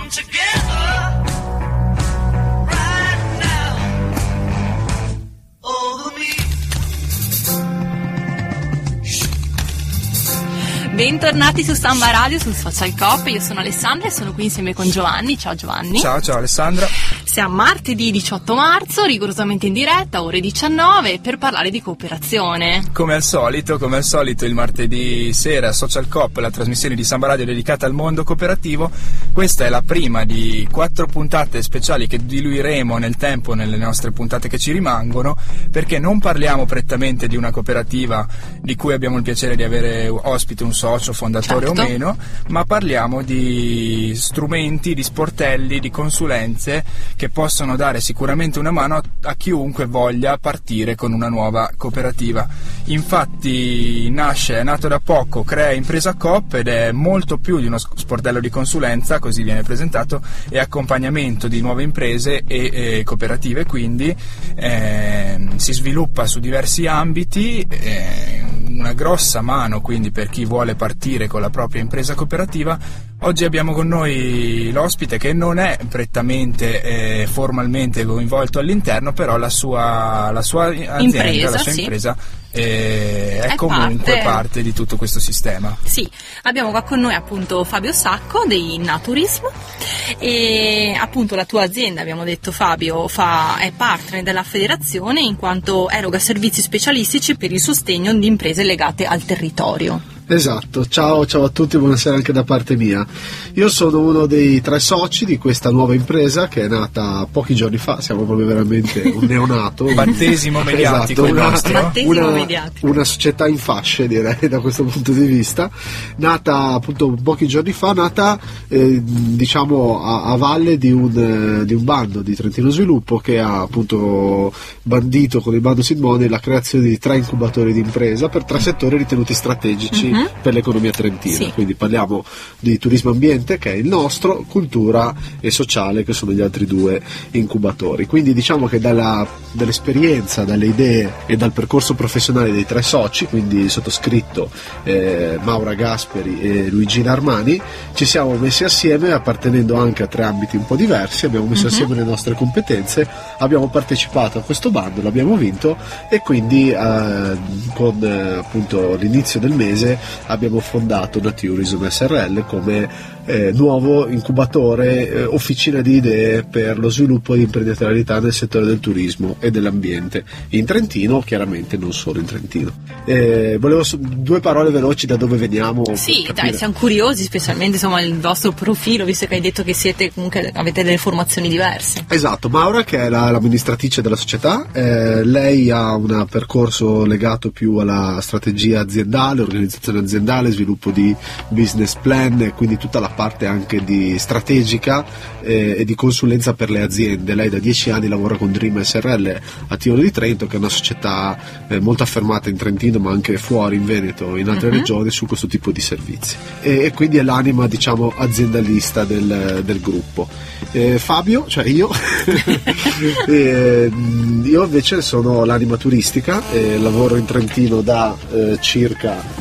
Bentornati su Samba Radio, sul Social Coop. Io sono Alessandra e sono qui insieme con Giovanni. Ciao Giovanni. Ciao Alessandra. Siamo martedì 18 marzo, rigorosamente in diretta, ore 19, per parlare di cooperazione. Come al solito, il martedì sera Social Coop, la trasmissione di Samba Radio dedicata al mondo cooperativo. Questa è la prima di 4 puntate speciali che diluiremo nel tempo nelle nostre puntate che ci rimangono, perché non parliamo prettamente di una cooperativa di cui abbiamo il piacere di avere ospite un socio, fondatore certo, o meno, ma parliamo di strumenti, di sportelli, di consulenze che possono dare sicuramente una mano a chiunque voglia partire con una nuova cooperativa. Infatti è nato da poco, crea Impresa Coop, ed è molto più di uno sportello di consulenza, così viene presentato, e accompagnamento di nuove imprese e cooperative, quindi si sviluppa su diversi ambiti, una grossa mano quindi per chi vuole partire con la propria impresa cooperativa. Oggi abbiamo con noi l'ospite che non è prettamente formalmente coinvolto all'interno, però la sua azienda, impresa, la sua sì, impresa è comunque parte di tutto questo sistema. Sì, abbiamo qua con noi appunto Fabio Sacco dei Naturism, e appunto la tua azienda, abbiamo detto Fabio, è partner della federazione in quanto eroga servizi specialistici per il sostegno di imprese legate al territorio. Esatto, ciao a tutti, buonasera anche da parte mia. Io sono uno dei 3 soci di questa nuova impresa che è nata pochi giorni fa, siamo proprio veramente un neonato. Battesimo mediatico, esatto, una società in fasce, direi, da questo punto di vista, nata appunto pochi giorni fa, diciamo a valle di un bando di Trentino Sviluppo che ha appunto bandito con il bando Simone la creazione di 3 incubatori di impresa per 3 settori ritenuti strategici per l'economia trentina. Sì. Quindi parliamo di turismo ambiente, che è il nostro, cultura e sociale, che sono gli altri 2 incubatori. Quindi diciamo che dall'esperienza, dalle idee e dal percorso professionale dei 3 soci, quindi sottoscritto, Maura Gasperi e Luigina Armani, ci siamo messi assieme appartenendo anche a 3 ambiti un po' diversi, abbiamo messo assieme le nostre competenze, abbiamo partecipato a questo bando, l'abbiamo vinto, e quindi con appunto l'inizio del mese abbiamo fondato Naturism SRL come nuovo incubatore, officina di idee per lo sviluppo di imprenditorialità nel settore del turismo e dell'ambiente in Trentino, chiaramente non solo in Trentino. Volevo 2 parole veloci da dove veniamo. Sì, dai, siamo curiosi, specialmente insomma il vostro profilo, visto che hai detto che avete delle formazioni diverse. Esatto, Maura, che è l'amministratrice della società, lei ha un percorso legato più alla strategia aziendale, organizzazione aziendale, sviluppo di business plan, e quindi tutta la parte anche di strategica e di consulenza per le aziende. Lei da 10 anni lavora con Dream SRL a Tivoli di Trento, che è una società molto affermata in Trentino ma anche fuori in Veneto, in altre regioni, su questo tipo di servizi, e quindi è l'anima, diciamo, aziendalista del gruppo. Fabio, cioè io io invece sono l'anima turistica, lavoro in Trentino da circa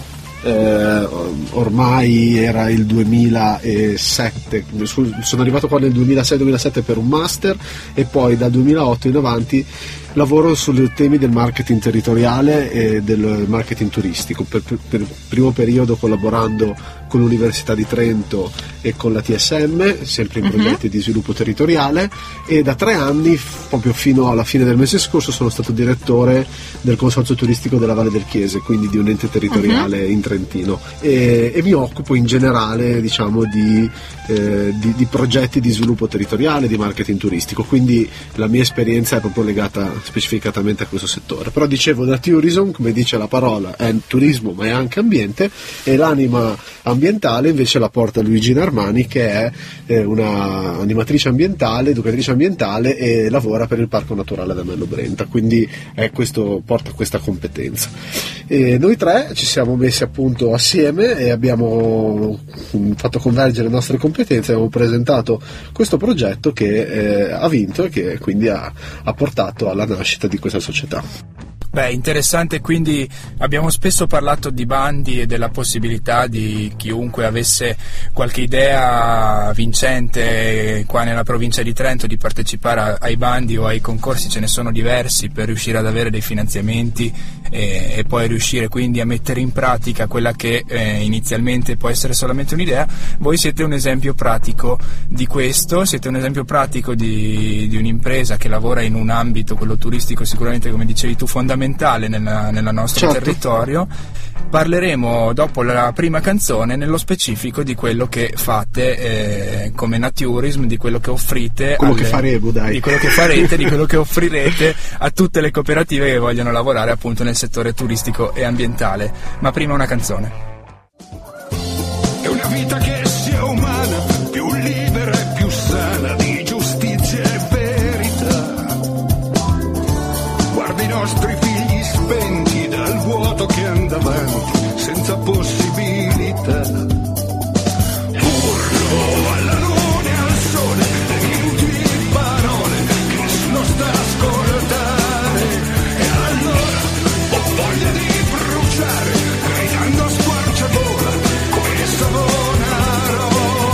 ormai era il 2007, sono arrivato qua nel 2006-2007 per un master, e poi dal 2008 in avanti lavoro sui temi del marketing territoriale e del marketing turistico, per il primo periodo collaborando con l'Università di Trento e con la TSM, sempre in progetti di sviluppo territoriale, e da 3 anni, proprio fino alla fine del mese scorso, sono stato direttore del Consorzio Turistico della Valle del Chiese, quindi di un ente territoriale in Trentino, e mi occupo in generale, diciamo, di progetti di sviluppo territoriale, di marketing turistico, quindi la mia esperienza è proprio legata specificatamente a questo settore. Però dicevo, Naturism, come dice la parola, è turismo ma è anche ambiente, e l'anima ambientale invece la porta Luigina Armani, che è una animatrice ambientale, educatrice ambientale, e lavora per il Parco Naturale ad Amello Brenta, quindi porta questa competenza. E noi 3 ci siamo messi appunto assieme e abbiamo fatto convergere le nostre competenze, abbiamo presentato questo progetto che ha vinto e che quindi ha portato alla nascita di questa società. Beh, interessante, quindi abbiamo spesso parlato di bandi e della possibilità di chiunque avesse qualche idea vincente qua nella provincia di Trento di partecipare ai bandi o ai concorsi. Ce ne sono diversi per riuscire ad avere dei finanziamenti e poi riuscire quindi a mettere in pratica quella che inizialmente può essere solamente un'idea. Voi siete un esempio pratico di questo, siete un esempio pratico di un'impresa che lavora in un ambito, quello turistico, sicuramente, come dicevi tu, fondamentale nel nostro territorio. Parleremo dopo la prima canzone nello specifico di quello che fate come Naturism, di quello che offrite, che faremo, dai. Di quello che farete, di quello che offrirete a tutte le cooperative che vogliono lavorare appunto nel settore turistico e ambientale. Ma prima una canzone. È una vita che sia umana, più libera e più sana, di giustizia e verità. Guarda i nostri figli spenti dal vuoto che anda avanti senza possibilità. Urlo alla luna e al sole, inutili parole che nessuno sta a ascoltare. E allora ho voglia di bruciare, gridando a squarciagola come Savonarola.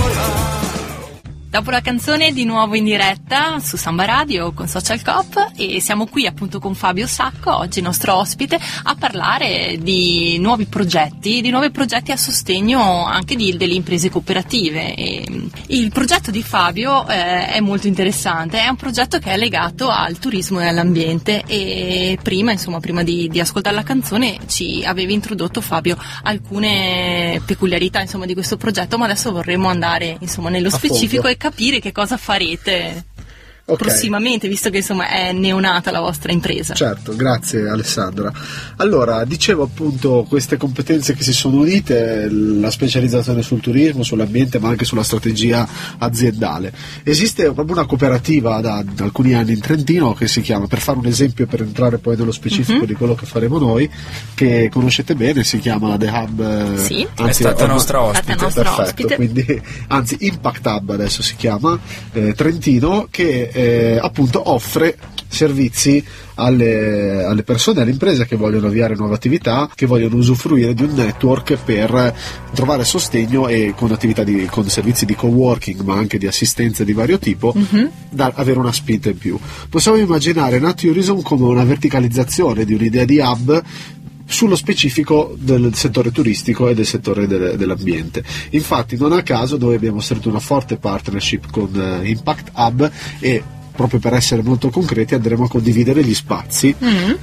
Dopo la canzone di nuovo in diretta su Samba Radio con Social Coop, e siamo qui appunto con Fabio Sacco, oggi nostro ospite, a parlare di nuovi progetti a sostegno anche delle imprese cooperative. E il progetto di Fabio è molto interessante, è un progetto che è legato al turismo e all'ambiente, e prima di ascoltare la canzone ci avevi introdotto, Fabio, alcune peculiarità di questo progetto, ma adesso vorremmo andare nello specifico e capire che cosa farete prossimamente, visto che è neonata la vostra impresa. Certo, grazie Alessandra. Allora, dicevo appunto queste competenze che si sono unite, la specializzazione sul turismo, sull'ambiente, ma anche sulla strategia aziendale. Esiste proprio una cooperativa da alcuni anni in Trentino che si chiama, per fare un esempio, per entrare poi nello specifico di quello che faremo noi, che conoscete bene, si chiama The Hub. Sì, anzi, è stata nostra ospite. Perfetto, quindi, anzi Impact Hub adesso si chiama, Trentino, che appunto offre servizi alle persone, alle imprese che vogliono avviare nuove attività, che vogliono usufruire di un network per trovare sostegno, e con con servizi di coworking ma anche di assistenza di vario tipo, da avere una spinta in più. Possiamo immaginare Naturism come una verticalizzazione di un'idea di hub sullo specifico del settore turistico e del settore dell'ambiente. Infatti non a caso noi abbiamo stretto una forte partnership con Impact Hub, e proprio per essere molto concreti andremo a condividere gli spazi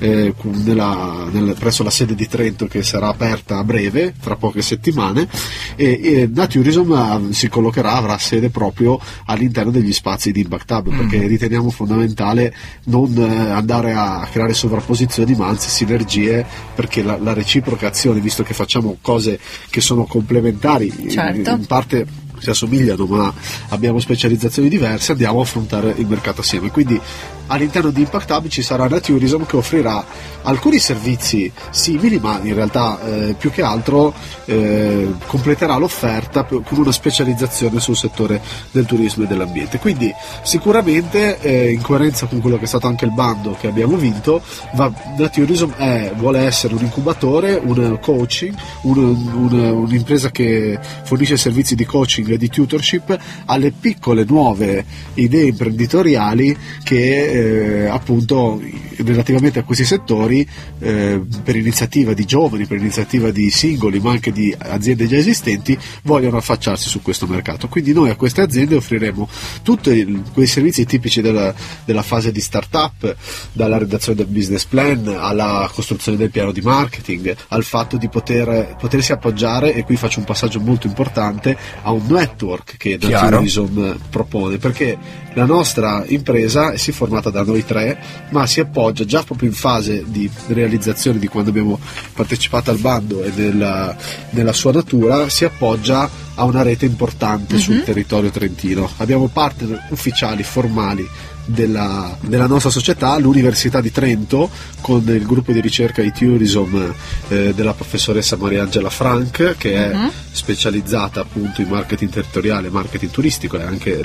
presso la sede di Trento, che sarà aperta a breve, fra poche settimane, e Naturism si collocherà, avrà sede proprio all'interno degli spazi di Impact Hub, perché riteniamo fondamentale non andare a creare sovrapposizioni, ma anzi sinergie, perché la reciproca azione, visto che facciamo cose che sono complementari, certo, in parte si assomigliano ma abbiamo specializzazioni diverse, andiamo a affrontare il mercato assieme. Quindi all'interno di Impact Hub ci sarà Naturism, che offrirà alcuni servizi simili, ma in realtà più che altro completerà l'offerta con una specializzazione sul settore del turismo e dell'ambiente. Quindi sicuramente in coerenza con quello che è stato anche il bando che abbiamo vinto, Naturism vuole essere un incubatore, un coaching, un'impresa che fornisce servizi di coaching e di tutorship alle piccole nuove idee imprenditoriali che appunto relativamente a questi settori, per iniziativa di giovani, per iniziativa di singoli, ma anche di aziende già esistenti, vogliono affacciarsi su questo mercato. Quindi noi a queste aziende offriremo tutti quei servizi tipici della fase di startup, dalla redazione del business plan alla costruzione del piano di marketing, al fatto di potersi appoggiare, e qui faccio un passaggio molto importante, a un network che Naturism propone, perché la nostra impresa si è formata da noi tre, ma si appoggia già proprio in fase di realizzazione, di quando abbiamo partecipato al bando e nella sua natura, si appoggia a una rete importante sul territorio trentino. Abbiamo partner ufficiali, formali, della nostra società, l'Università di Trento, con il gruppo di ricerca e-tourism della professoressa Mariangela Frank, che è specializzata appunto in marketing territoriale, marketing turistico, è anche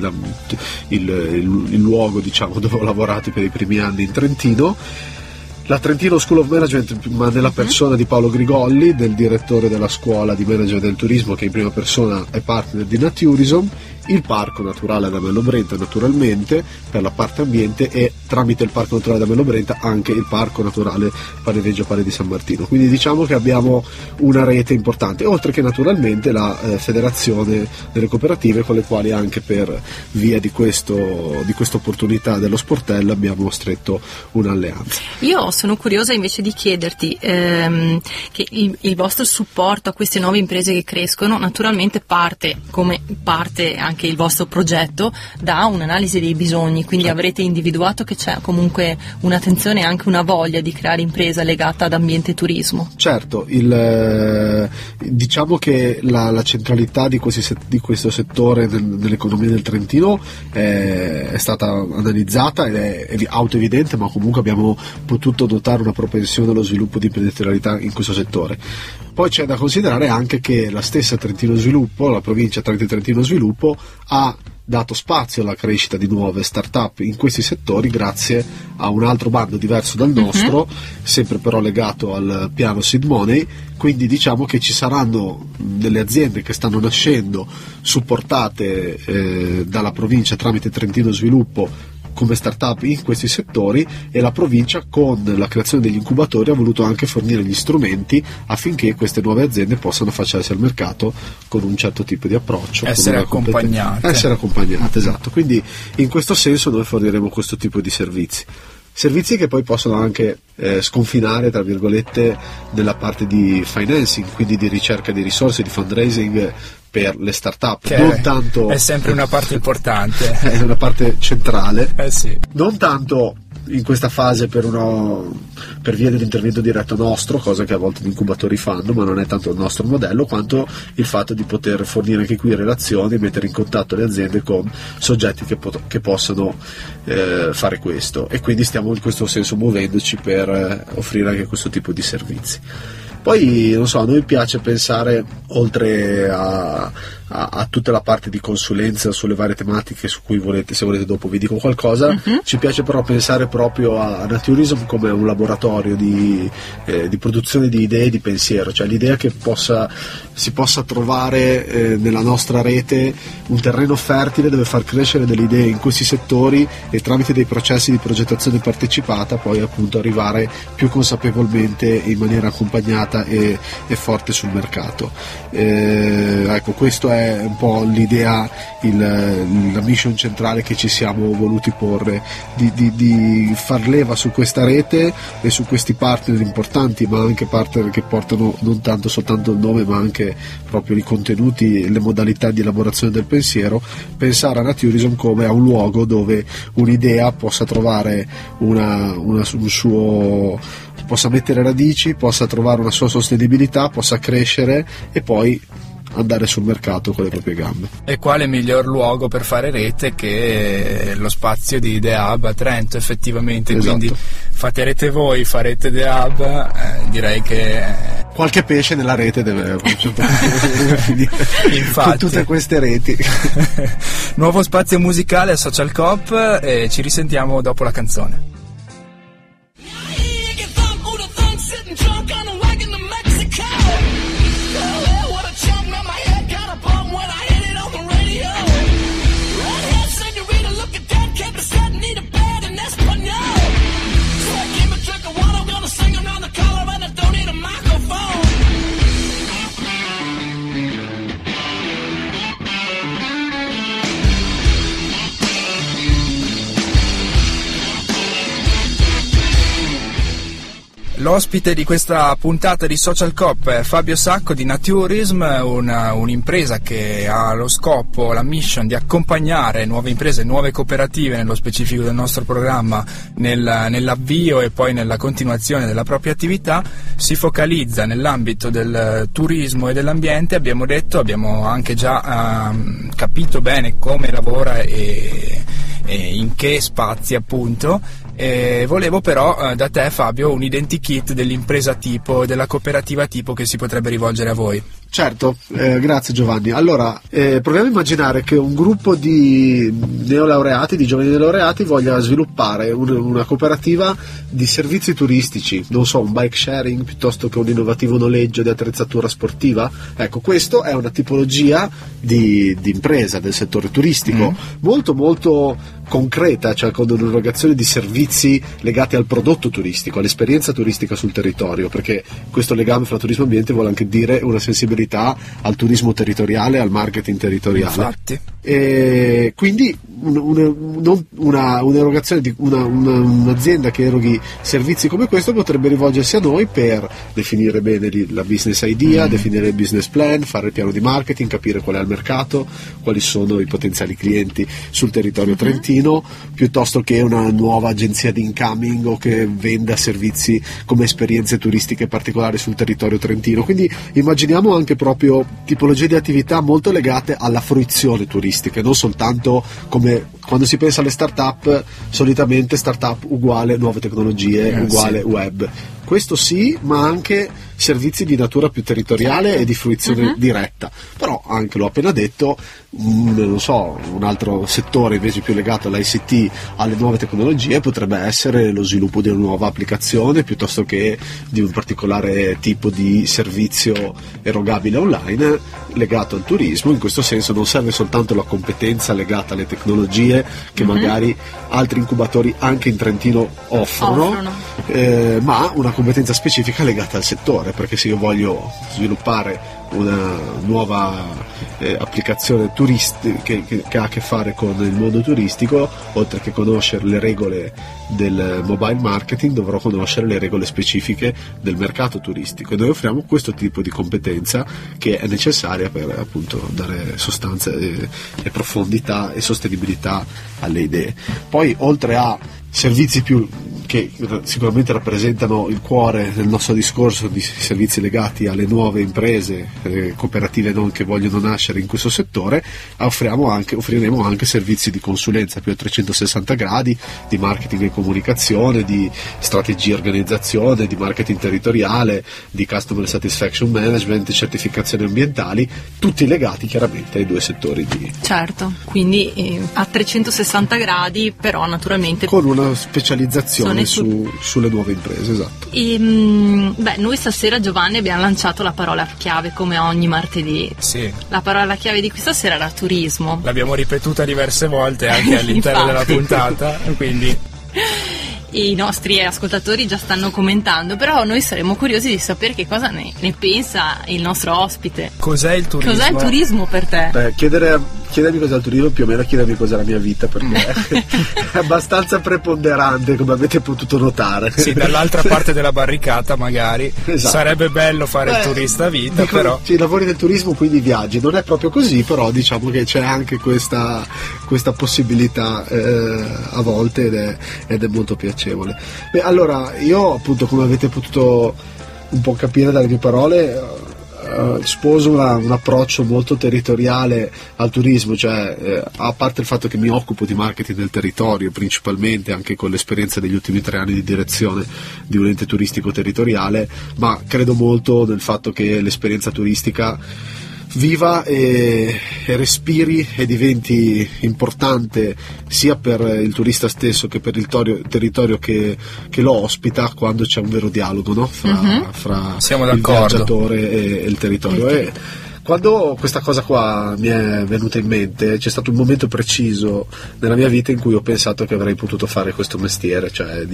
il luogo, diciamo, dove ho lavorato per i primi anni in Trentino. La Trentino School of Management, ma nella persona di Paolo Grigolli, del direttore della scuola di management del turismo, che in prima persona è partner di Naturism, il Parco Naturale ad Amello Brenta naturalmente per la parte ambiente, e tramite il Parco Naturale ad Amello Brenta anche il Parco Naturale Paneveggio Pare di San Martino. Quindi diciamo che abbiamo una rete importante, oltre che naturalmente la Federazione delle Cooperative, con le quali anche per via di questa opportunità dello sportello abbiamo stretto un'alleanza. Io sono curiosa invece di chiederti che il vostro supporto a queste nuove imprese che crescono naturalmente parte, come parte anche il vostro progetto, da un'analisi dei bisogni, quindi avrete individuato che c'è comunque un'attenzione e anche una voglia di creare impresa legata ad ambiente e turismo. Certo, diciamo che la centralità di questo settore nell'economia del Trentino è stata analizzata ed è autoevidente, ma comunque abbiamo potuto notare una propensione allo sviluppo di imprenditorialità in questo settore. Poi c'è da considerare anche che la stessa Trentino Sviluppo, la provincia Trentino Sviluppo, ha dato spazio alla crescita di nuove start-up in questi settori grazie a un altro bando diverso dal nostro, sempre però legato al piano Seed Money. Quindi diciamo che ci saranno delle aziende che stanno nascendo supportate dalla provincia tramite Trentino Sviluppo come start-up in questi settori, e la provincia con la creazione degli incubatori ha voluto anche fornire gli strumenti affinché queste nuove aziende possano affacciarsi al mercato con un certo tipo di approccio, essere accompagnate, esatto. Quindi in questo senso noi forniremo questo tipo di servizi che poi possono anche sconfinare, tra virgolette, nella parte di financing, quindi di ricerca di risorse, di fundraising per le start-up. Non tanto, è sempre una parte importante, è una parte centrale, sì. Non tanto in questa fase per via dell'intervento diretto nostro, cosa che a volte gli incubatori fanno, ma non è tanto il nostro modello, quanto il fatto di poter fornire anche qui relazioni e mettere in contatto le aziende con soggetti che possano fare questo, e quindi stiamo in questo senso muovendoci per offrire anche questo tipo di servizi. Poi, non so, a noi piace pensare, oltre a tutta la parte di consulenza sulle varie tematiche su cui se volete dopo vi dico qualcosa, ci piace però pensare proprio a Naturism come un laboratorio di produzione di idee e di pensiero, cioè l'idea che si possa trovare nella nostra rete un terreno fertile dove far crescere delle idee in questi settori, e tramite dei processi di progettazione partecipata poi appunto arrivare più consapevolmente in maniera accompagnata e forte sul mercato. Ecco, questo è un po' l'idea, la mission centrale che ci siamo voluti porre, di far leva su questa rete e su questi partner importanti, ma anche partner che portano non tanto soltanto il nome, ma anche proprio i contenuti, le modalità di elaborazione del pensiero. Pensare a Naturism come a un luogo dove un'idea possa trovare possa mettere radici, possa trovare una sua sostenibilità, possa crescere e poi andare sul mercato con le proprie gambe. E quale miglior luogo per fare rete che lo spazio di The Hub a Trento, effettivamente. Esatto. Quindi fate rete voi, farete The Hub, direi che qualche pesce nella rete deve finire. Infatti, con tutte queste reti. Nuovo spazio musicale a Social Coop, e ci risentiamo dopo la canzone. L'ospite di questa puntata di Social Coop è Fabio Sacco di Naturism, un'impresa che ha lo scopo, la mission di accompagnare nuove imprese, nuove cooperative, nello specifico del nostro programma, nell'avvio e poi nella continuazione della propria attività. Si focalizza nell'ambito del turismo e dell'ambiente. Abbiamo anche già capito bene come lavora e in che spazi appunto. Volevo però da te, Fabio, un identikit dell'impresa tipo, della cooperativa tipo che si potrebbe rivolgere a voi. Certo, grazie Giovanni. Allora, proviamo a immaginare che un gruppo di neolaureati, di giovani neolaureati, voglia sviluppare una cooperativa di servizi turistici, non so, un bike sharing piuttosto che un innovativo noleggio di attrezzatura sportiva. Ecco, questo è una tipologia di impresa del settore turistico molto molto concreta, cioè con un'erogazione di servizi legati al prodotto turistico, all'esperienza turistica sul territorio, perché questo legame fra turismo e ambiente vuole anche dire una sensibilità al turismo territoriale, al marketing territoriale. Infatti. E quindi un'erogazione di un'azienda che eroghi servizi come questo potrebbe rivolgersi a noi per definire bene la business idea, definire il business plan, fare il piano di marketing, capire qual è il mercato, quali sono i potenziali clienti sul territorio trentino, piuttosto che una nuova agenzia di incoming o che venda servizi come esperienze turistiche particolari sul territorio trentino. Quindi immaginiamo anche proprio tipologie di attività molto legate alla fruizione turistica, non soltanto come quando si pensa alle start-up, solitamente start-up uguale nuove tecnologie, uguale web. Questo sì, ma anche servizi di natura più territoriale e di fruizione diretta. Però anche, l'ho appena detto, non so, un altro settore invece più legato all'ICT, alle nuove tecnologie, potrebbe essere lo sviluppo di una nuova applicazione piuttosto che di un particolare tipo di servizio erogabile online legato al turismo. In questo senso non serve soltanto la competenza legata alle tecnologie che magari altri incubatori anche in Trentino offrono. Ma una competenza specifica legata al settore, perché se io voglio sviluppare una nuova applicazione turistica che ha a che fare con il mondo turistico, oltre che conoscere le regole del mobile marketing, dovrò conoscere le regole specifiche del mercato turistico, e noi offriamo questo tipo di competenza che è necessaria per appunto dare sostanza e profondità e sostenibilità alle idee. Poi, oltre a servizi più che sicuramente rappresentano il cuore del nostro discorso di servizi legati alle nuove imprese, cooperative non che vogliono nascere in questo settore, offriremo anche servizi di consulenza più a 360 gradi, di marketing e comunicazione, di strategia e organizzazione, di marketing territoriale, di customer satisfaction management, certificazioni ambientali, tutti legati chiaramente ai due settori Certo, quindi a 360 gradi, però naturalmente con una specializzazione sulle nuove imprese, esatto. Noi stasera, Giovanni, abbiamo lanciato la parola chiave come ogni martedì. Sì. La parola chiave di questa sera era turismo. L'abbiamo ripetuta diverse volte anche all'interno della puntata, quindi i nostri ascoltatori già stanno commentando, però noi saremo curiosi di sapere che cosa ne pensa il nostro ospite. Cos'è il turismo? Cos'è il turismo per te? Chiedermi cos'è il turismo, più o meno chiedermi cos'è la mia vita, perché è abbastanza preponderante, come avete potuto notare. Sì, dall'altra parte della barricata magari. Esatto. Sarebbe bello fare il turista a vita, però i lavori del turismo, quindi viaggi, non è proprio così, però diciamo che c'è anche questa possibilità a volte ed è molto piacevole. Allora, io appunto, come avete potuto un po' capire dalle mie parole, sposo un approccio molto territoriale al turismo, cioè a parte il fatto che mi occupo di marketing del territorio principalmente, anche con l'esperienza degli ultimi 3 anni di direzione di un ente turistico territoriale, ma credo molto nel fatto che l'esperienza turistica viva e respiri e diventi importante sia per il turista stesso che per il territorio che lo ospita, quando c'è un vero dialogo, no? fra il viaggiatore e il territorio. E quando questa cosa qua mi è venuta in mente, c'è stato un momento preciso nella mia vita in cui ho pensato che avrei potuto fare questo mestiere, cioè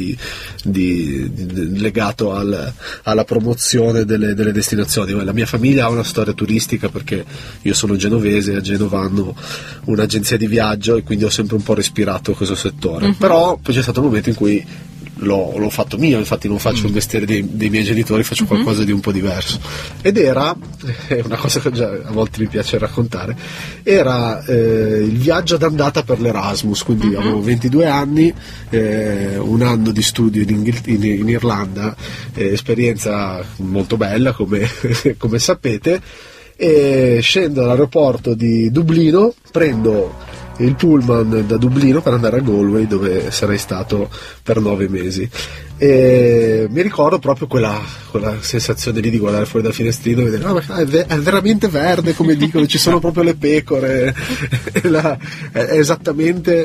legato alla promozione delle destinazioni. La mia famiglia ha una storia turistica, perché io sono genovese e a Genova hanno un'agenzia di viaggio, e quindi ho sempre un po' respirato questo settore. Però poi c'è stato un momento in cui l'ho fatto mio, infatti non faccio il mestiere dei miei genitori, faccio qualcosa di un po' diverso, ed era una cosa che già a volte mi piace raccontare, era il viaggio d'andata per l'Erasmus, quindi avevo 22 anni, un anno di studio in Irlanda, esperienza molto bella come sapete, e scendo all'aeroporto di Dublino, prendo il pullman da Dublino per andare a Galway, dove sarei stato per 9 mesi. E mi ricordo proprio quella sensazione lì di guardare fuori dal finestrino e vedere, no, ma è veramente verde, come dicono, ci sono proprio le pecore, è esattamente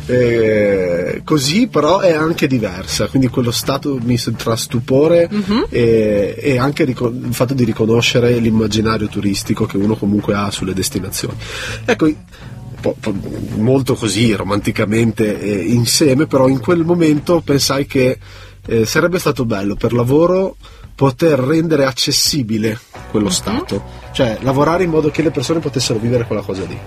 così, però è anche diversa, quindi quello stato misto tra stupore e anche il fatto di riconoscere l'immaginario turistico che uno comunque ha sulle destinazioni. Ecco, molto così romanticamente insieme, però in quel momento pensai che sarebbe stato bello per lavoro poter rendere accessibile quello stato, cioè lavorare in modo che le persone potessero vivere quella cosa lì.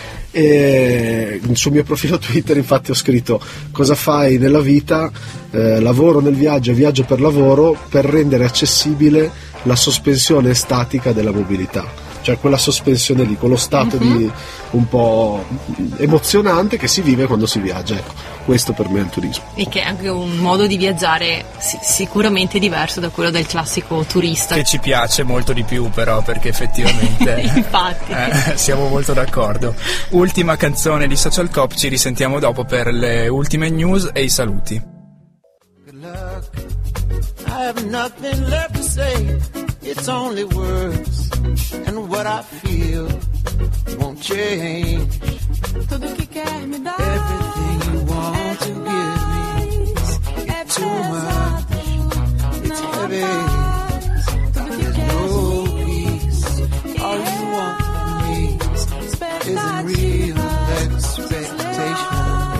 E sul mio profilo Twitter infatti ho scritto: cosa fai nella vita? Lavoro nel viaggio e viaggio per lavoro, per rendere accessibile la sospensione statica della mobilità, cioè quella sospensione lì, quello stato di un po' emozionante che si vive quando si viaggia. Ecco, questo per me è il turismo. E che è anche un modo di viaggiare sicuramente diverso da quello del classico turista. Che ci piace molto di più però, perché effettivamente infatti siamo molto d'accordo. Ultima canzone di Social Cop, ci risentiamo dopo per le ultime news e i saluti. Good luck. I have nothing left to say. It's only words, and what I feel won't change. Tudo que quer me dar, Everything you want to give me, it's too much, it's heavy. There's no peace. All you want from me isn't real expectation.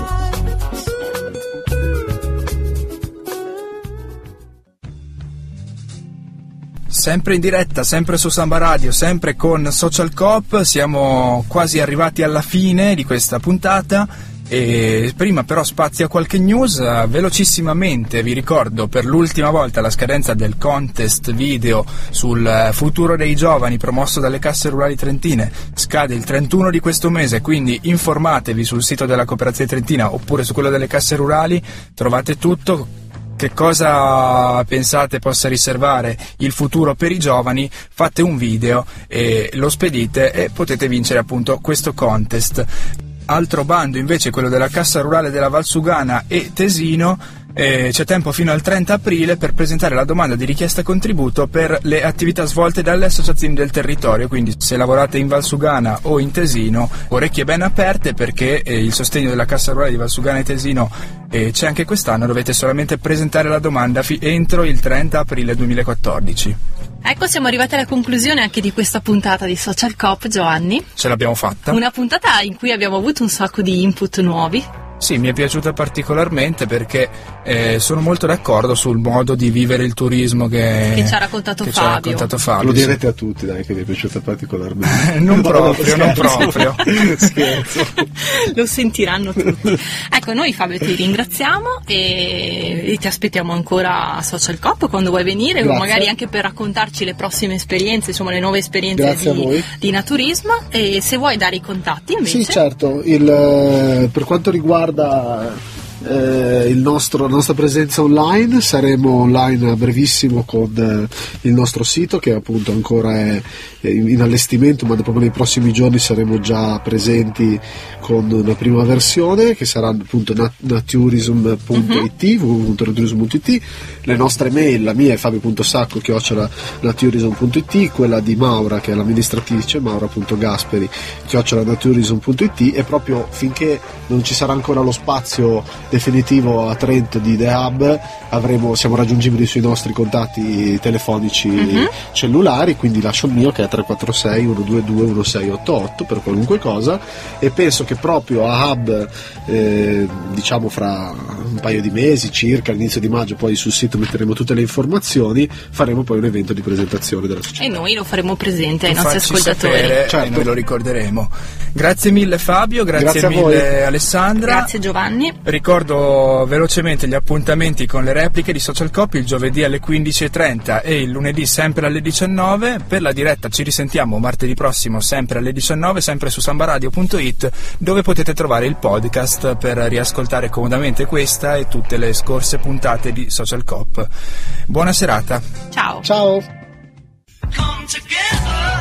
Sempre in diretta, sempre su Samba Radio, sempre con Social Coop. Siamo quasi arrivati alla fine di questa puntata e prima però spazio a qualche news. Velocissimamente vi ricordo per l'ultima volta la scadenza del contest video sul futuro dei giovani promosso dalle casse rurali trentine. Scade il 31 di questo mese, quindi informatevi sul sito della Cooperazione Trentina oppure su quello delle casse rurali, trovate tutto. Che cosa pensate possa riservare il futuro per i giovani? Fate un video e lo spedite e potete vincere appunto questo contest. Altro bando invece, quello della Cassa Rurale della Valsugana e Tesino. C'è tempo fino al 30 aprile per presentare la domanda di richiesta contributo per le attività svolte dalle associazioni del territorio, quindi se lavorate in Valsugana o in Tesino, orecchie ben aperte, perché il sostegno della Cassa Rurale di Valsugana e Tesino c'è anche quest'anno. Dovete solamente presentare la domanda entro il 30 aprile 2014. Ecco, siamo arrivati alla conclusione anche di questa puntata di Social Coop, Giovanni. Ce l'abbiamo fatta. Una puntata in cui abbiamo avuto un sacco di input nuovi. Sì, mi è piaciuta particolarmente perché sono molto d'accordo sul modo di vivere il turismo che ci ha raccontato Fabio. Lo direte a tutti, dai, che mi è piaciuta particolarmente. non proprio. Scherzo. Lo sentiranno tutti. Ecco, noi Fabio ti ringraziamo e ti aspettiamo ancora a Social Coop quando vuoi venire, o magari anche per raccontarci le prossime esperienze, insomma le nuove esperienze di naturismo. E se vuoi dare i contatti invece. Sì, certo. Per quanto riguarda la nostra presenza online, saremo online a brevissimo con il nostro sito, che appunto ancora è in allestimento, ma proprio nei prossimi giorni saremo già presenti con una prima versione che sarà appunto naturism.it, www.naturism.it. Le nostre mail, la mia è fabio.sacco@naturism.it, quella di Maura, che è l'amministratrice, maura.gasperi@naturism.it, e proprio finché non ci sarà ancora lo spazio definitivo a Trento di The Hub siamo raggiungibili sui nostri contatti telefonici cellulari, quindi lascio il mio che è 346 122 1688 per qualunque cosa, e penso che proprio a Hub diciamo fra un paio di mesi circa, all'inizio di maggio, poi sul sito metteremo tutte le informazioni, faremo poi un evento di presentazione della società e noi lo faremo presente ai nostri ascoltatori, certo. E noi lo ricorderemo. Grazie mille Fabio, grazie mille Alessandra, grazie Giovanni. Ricordo velocemente gli appuntamenti con le repliche di Social Coop: il giovedì alle 15:30 e il lunedì sempre alle 19. Per la diretta ci risentiamo martedì prossimo sempre alle 19, sempre su sambaradio.it, dove potete trovare il podcast per riascoltare comodamente questa e tutte le scorse puntate di Social Coop. Buona serata. Ciao. Ciao. Come together.